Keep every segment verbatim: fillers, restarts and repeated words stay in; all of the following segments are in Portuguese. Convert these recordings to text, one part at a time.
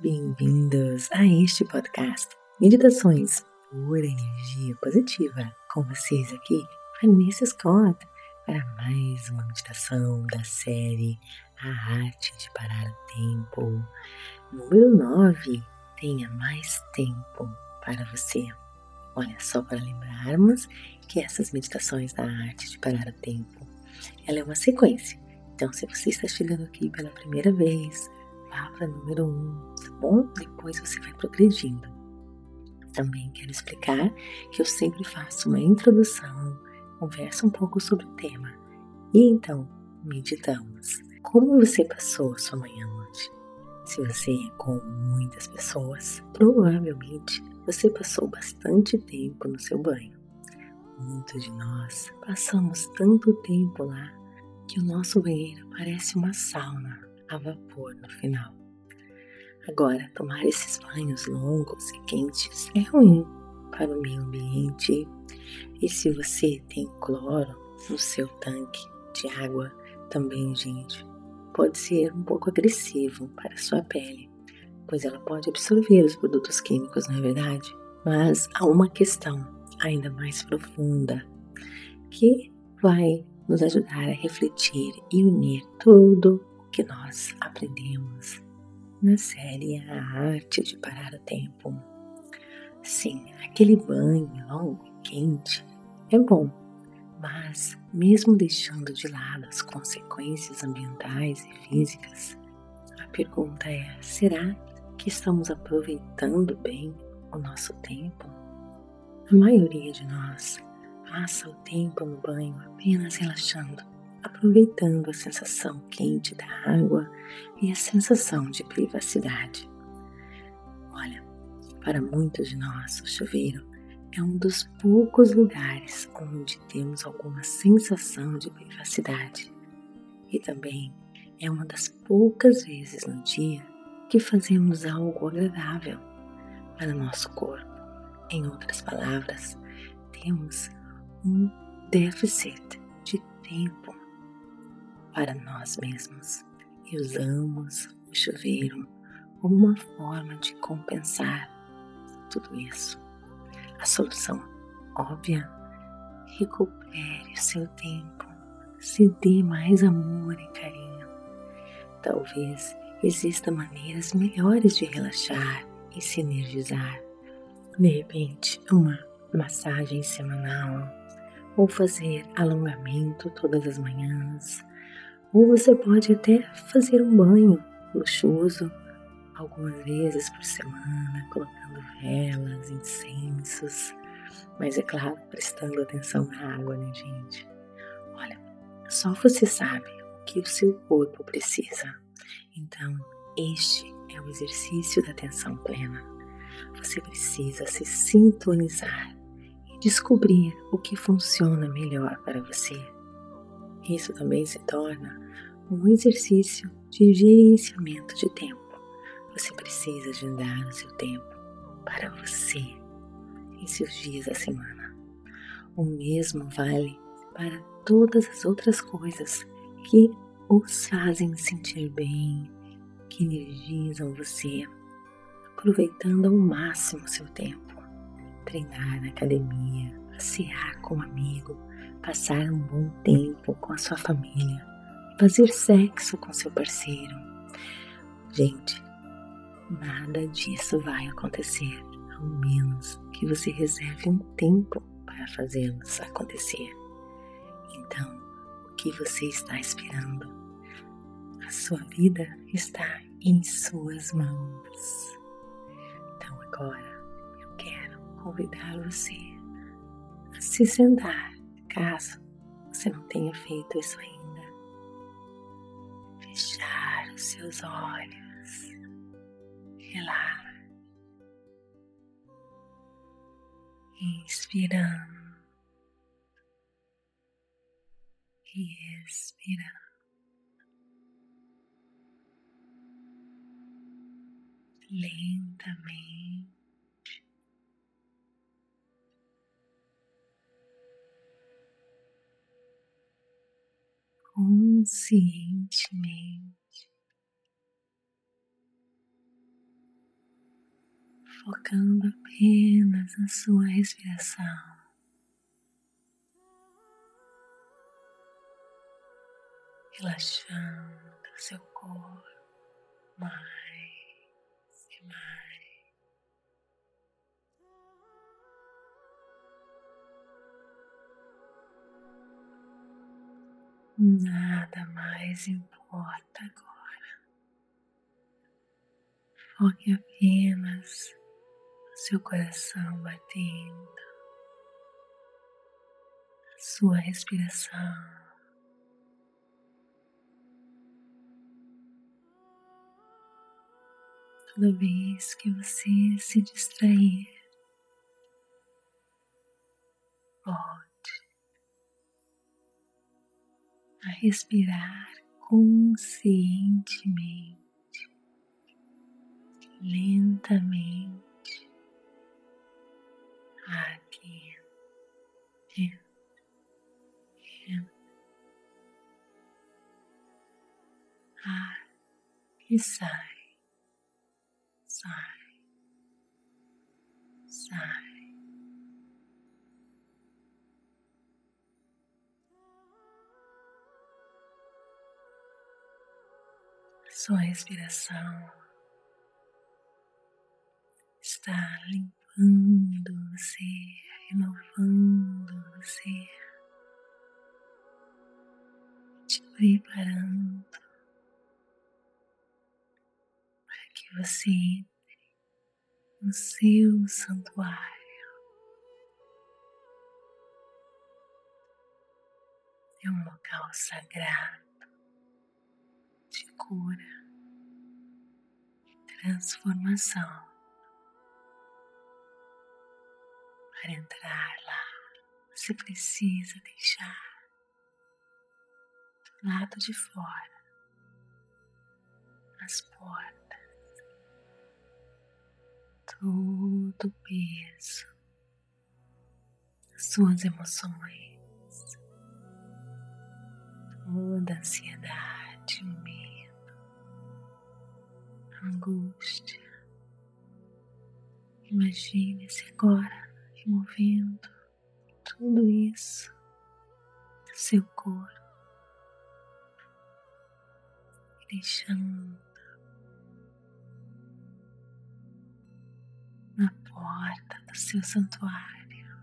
Bem-vindos a este podcast Meditações por Energia Positiva. Com vocês aqui, Vanessa Scott, para mais uma meditação da série A Arte de Parar o Tempo. Número nove, tenha mais tempo para você. Olha, só para lembrarmos que essas meditações da Arte de Parar o Tempo, ela é uma sequência. Então, se você está chegando aqui pela primeira vez, vá para número um, tá bom? Depois você vai progredindo. Também quero explicar que eu sempre faço uma introdução, converso um pouco sobre o tema e então meditamos. Como você passou a sua manhã hoje? Se você é como muitas pessoas, provavelmente você passou bastante tempo no seu banho. Muitos de nós passamos tanto tempo lá que o nosso banheiro parece uma sauna a vapor no final. Agora, tomar esses banhos longos e quentes é ruim para o meio ambiente. E se você tem cloro no seu tanque de água, também, gente, pode ser um pouco agressivo para a sua pele, pois ela pode absorver os produtos químicos, não é verdade? Mas há uma questão ainda mais profunda que vai nos ajudar a refletir e unir tudo o que nós aprendemos na série A Arte de Parar o Tempo. Sim, aquele banho longo e quente é bom, mas mesmo deixando de lado as consequências ambientais e físicas, a pergunta é: será que estamos aproveitando bem o nosso tempo? A maioria de nós passa o tempo no banho apenas relaxando, aproveitando a sensação quente da água e a sensação de privacidade. Olha, para muitos de nós, o chuveiro é um dos poucos lugares onde temos alguma sensação de privacidade. E também é uma das poucas vezes no dia que fazemos algo agradável para o nosso corpo. Em outras palavras, temos um déficit de tempo para nós mesmos e usamos o chuveiro como uma forma de compensar tudo isso. A solução óbvia: recupere o seu tempo, se dê mais amor e carinho. Talvez existam maneiras melhores de relaxar e se energizar. De repente, uma massagem semanal, ou fazer alongamento todas as manhãs, ou você pode até fazer um banho luxuoso algumas vezes por semana, colocando velas, incensos, mas é claro, prestando atenção na água, né, gente? Olha, só você sabe o que o seu corpo precisa. Então, este é o exercício da atenção plena. Você precisa se sintonizar e descobrir o que funciona melhor para você. Isso também se torna um exercício de gerenciamento de tempo. Você precisa agendar o seu tempo para você em seus dias da semana. O mesmo vale para todas as outras coisas que os fazem sentir bem, que energizam você, aproveitando ao máximo o seu tempo. Treinar na academia, passear com um amigo, passar um bom tempo com a sua família, fazer sexo com seu parceiro. Gente, nada disso vai acontecer, ao menos que você reserve um tempo para fazê-los acontecer. Então, o que você está esperando? A sua vida está em suas mãos. Então agora eu quero convidar você a se sentar, caso você não tenha feito isso ainda. Fechar os seus olhos, relaxa, inspirando e expirando. Lentamente, conscientemente, focando apenas na sua respiração. Relaxando seu corpo mais e mais. Nada mais importa agora. Foque apenas no seu coração batendo, a sua respiração. Toda vez que você se distrair, volte a respirar conscientemente, lentamente, aqui, dentro, dentro, ar e sai, sai, sai. Sua respiração está limpando você, renovando você, te preparando para que você entre no seu santuário. É um local sagrado de cura, transformação. Para entrar lá, você precisa deixar do lado de fora as portas, todo o peso, as suas emoções, toda a ansiedade, o medo, a angústia. Imagine-se agora removendo tudo isso do seu corpo e deixando na porta do seu santuário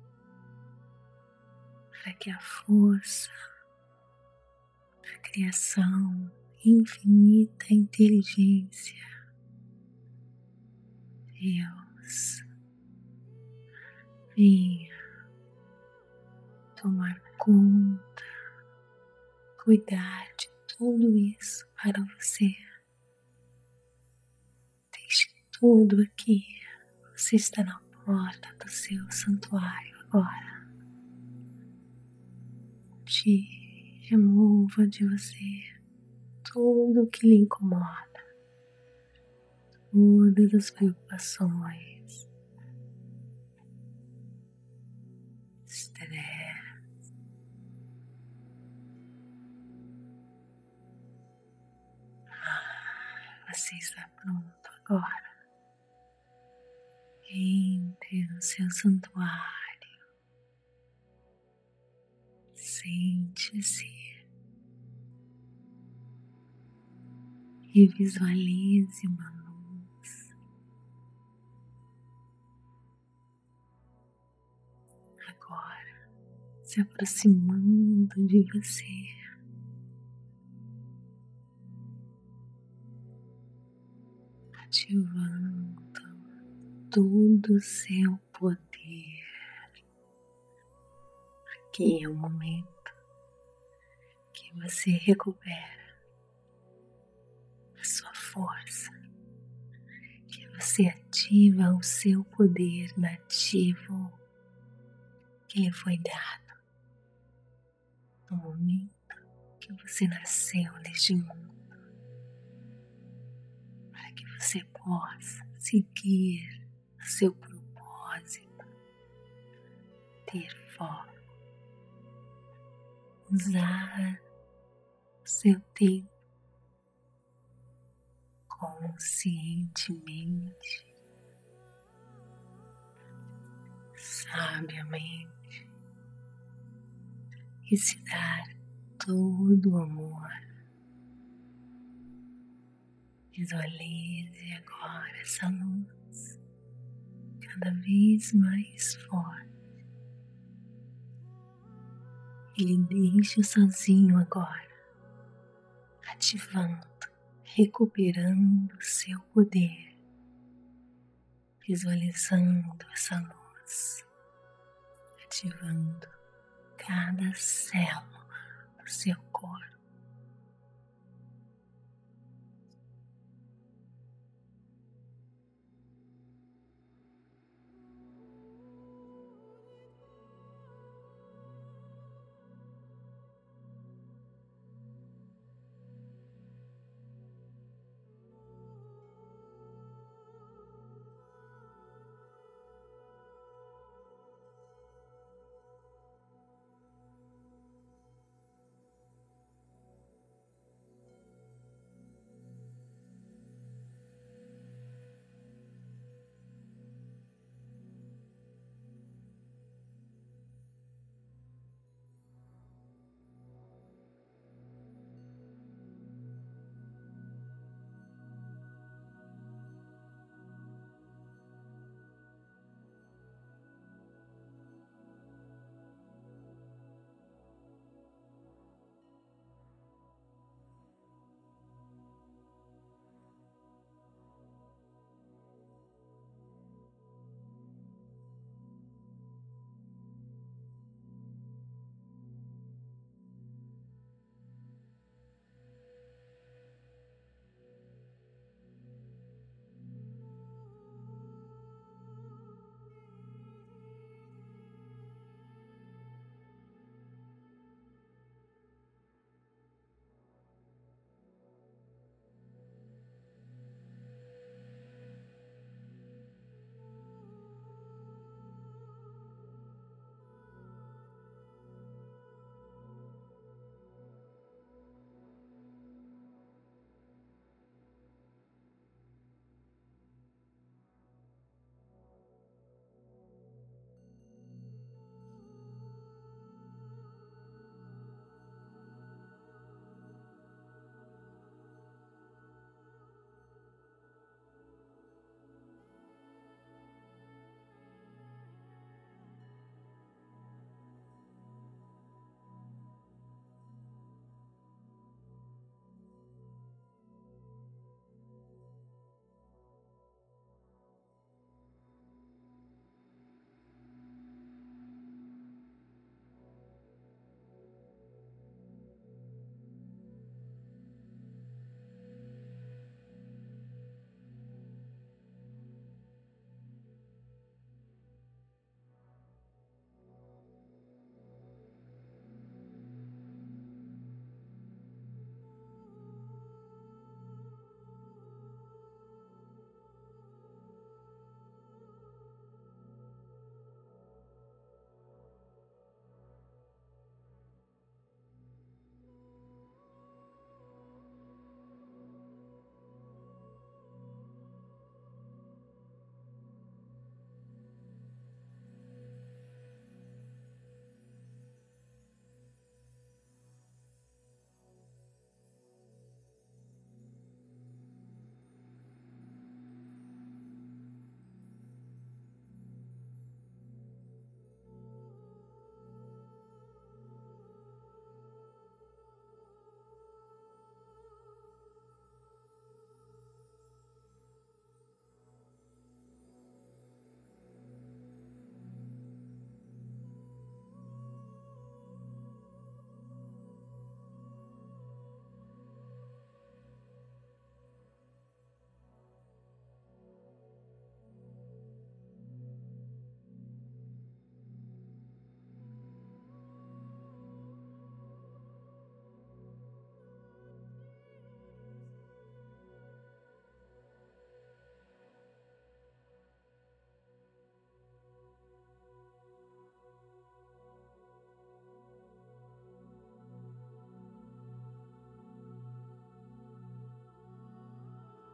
para que a força da criação, infinita inteligência, Deus, venha tomar conta, cuidar de tudo isso para você. Deixe tudo aqui. Você está na porta do seu santuário agora. Te remova de você tudo o que lhe incomoda, todas as preocupações, estresse. Ah, você está pronto agora. Entre no seu santuário, sente-se e visualize uma luz. Agora, se aproximando de você, ativando todo o seu poder. Aqui é o momento que você recupera a sua força, que você ativa o seu poder nativo que lhe foi dado no momento que você nasceu neste mundo, para que você possa seguir o seu propósito, ter foco, usar o seu tempo conscientemente, sabiamente e se dar todo o amor. Visualize agora essa luz cada vez mais forte. E lhe deixe sozinho agora, ativando, recuperando seu poder, visualizando essa luz, ativando cada célula do seu corpo.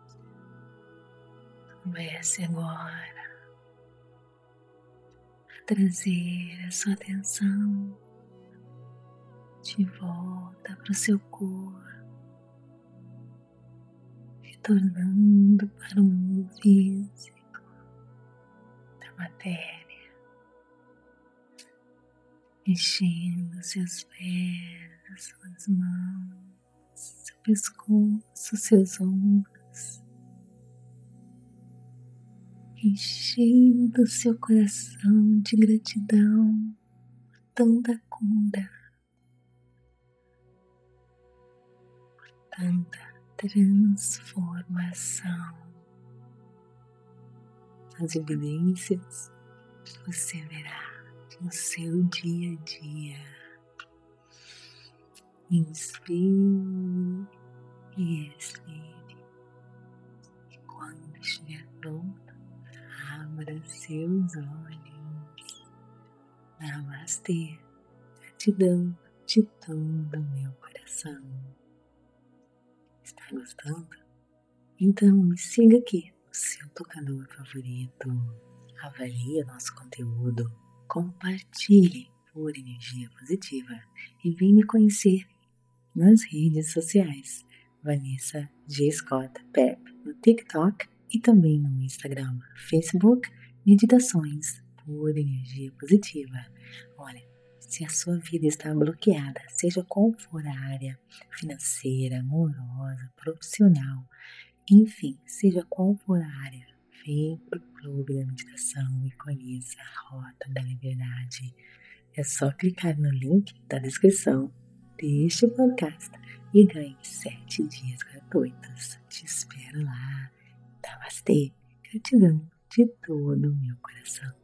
Comece agora a trazer a sua atenção de volta para o seu corpo, retornando para o mundo físico da matéria, mexendo seus pés, suas mãos, seu pescoço, seus ombros, enchendo seu coração de gratidão, tanta cura, tanta transformação. As evidências você verá no seu dia a dia. Inspire e expire. E quando estiver pronto, abra seus olhos. Namastê. Gratidão de todo o meu coração. Está gostando? Então me siga aqui no seu tocador favorito. Avalie o nosso conteúdo. Compartilhe por energia positiva e vem me conhecer nas redes sociais. Vanessa G. Scott Pep no TikTok e também no Instagram, Facebook, Meditações por Energia Positiva. Olha, se a sua vida está bloqueada, seja qual for a área financeira, amorosa, profissional, enfim, seja qual for a área, vem para o Clube da Meditação e conheça a Rota da Liberdade. É só clicar no link da descrição deste podcast e ganhe sete dias gratuitos. Te espero lá. Namastê. Gratidão de todo o meu coração.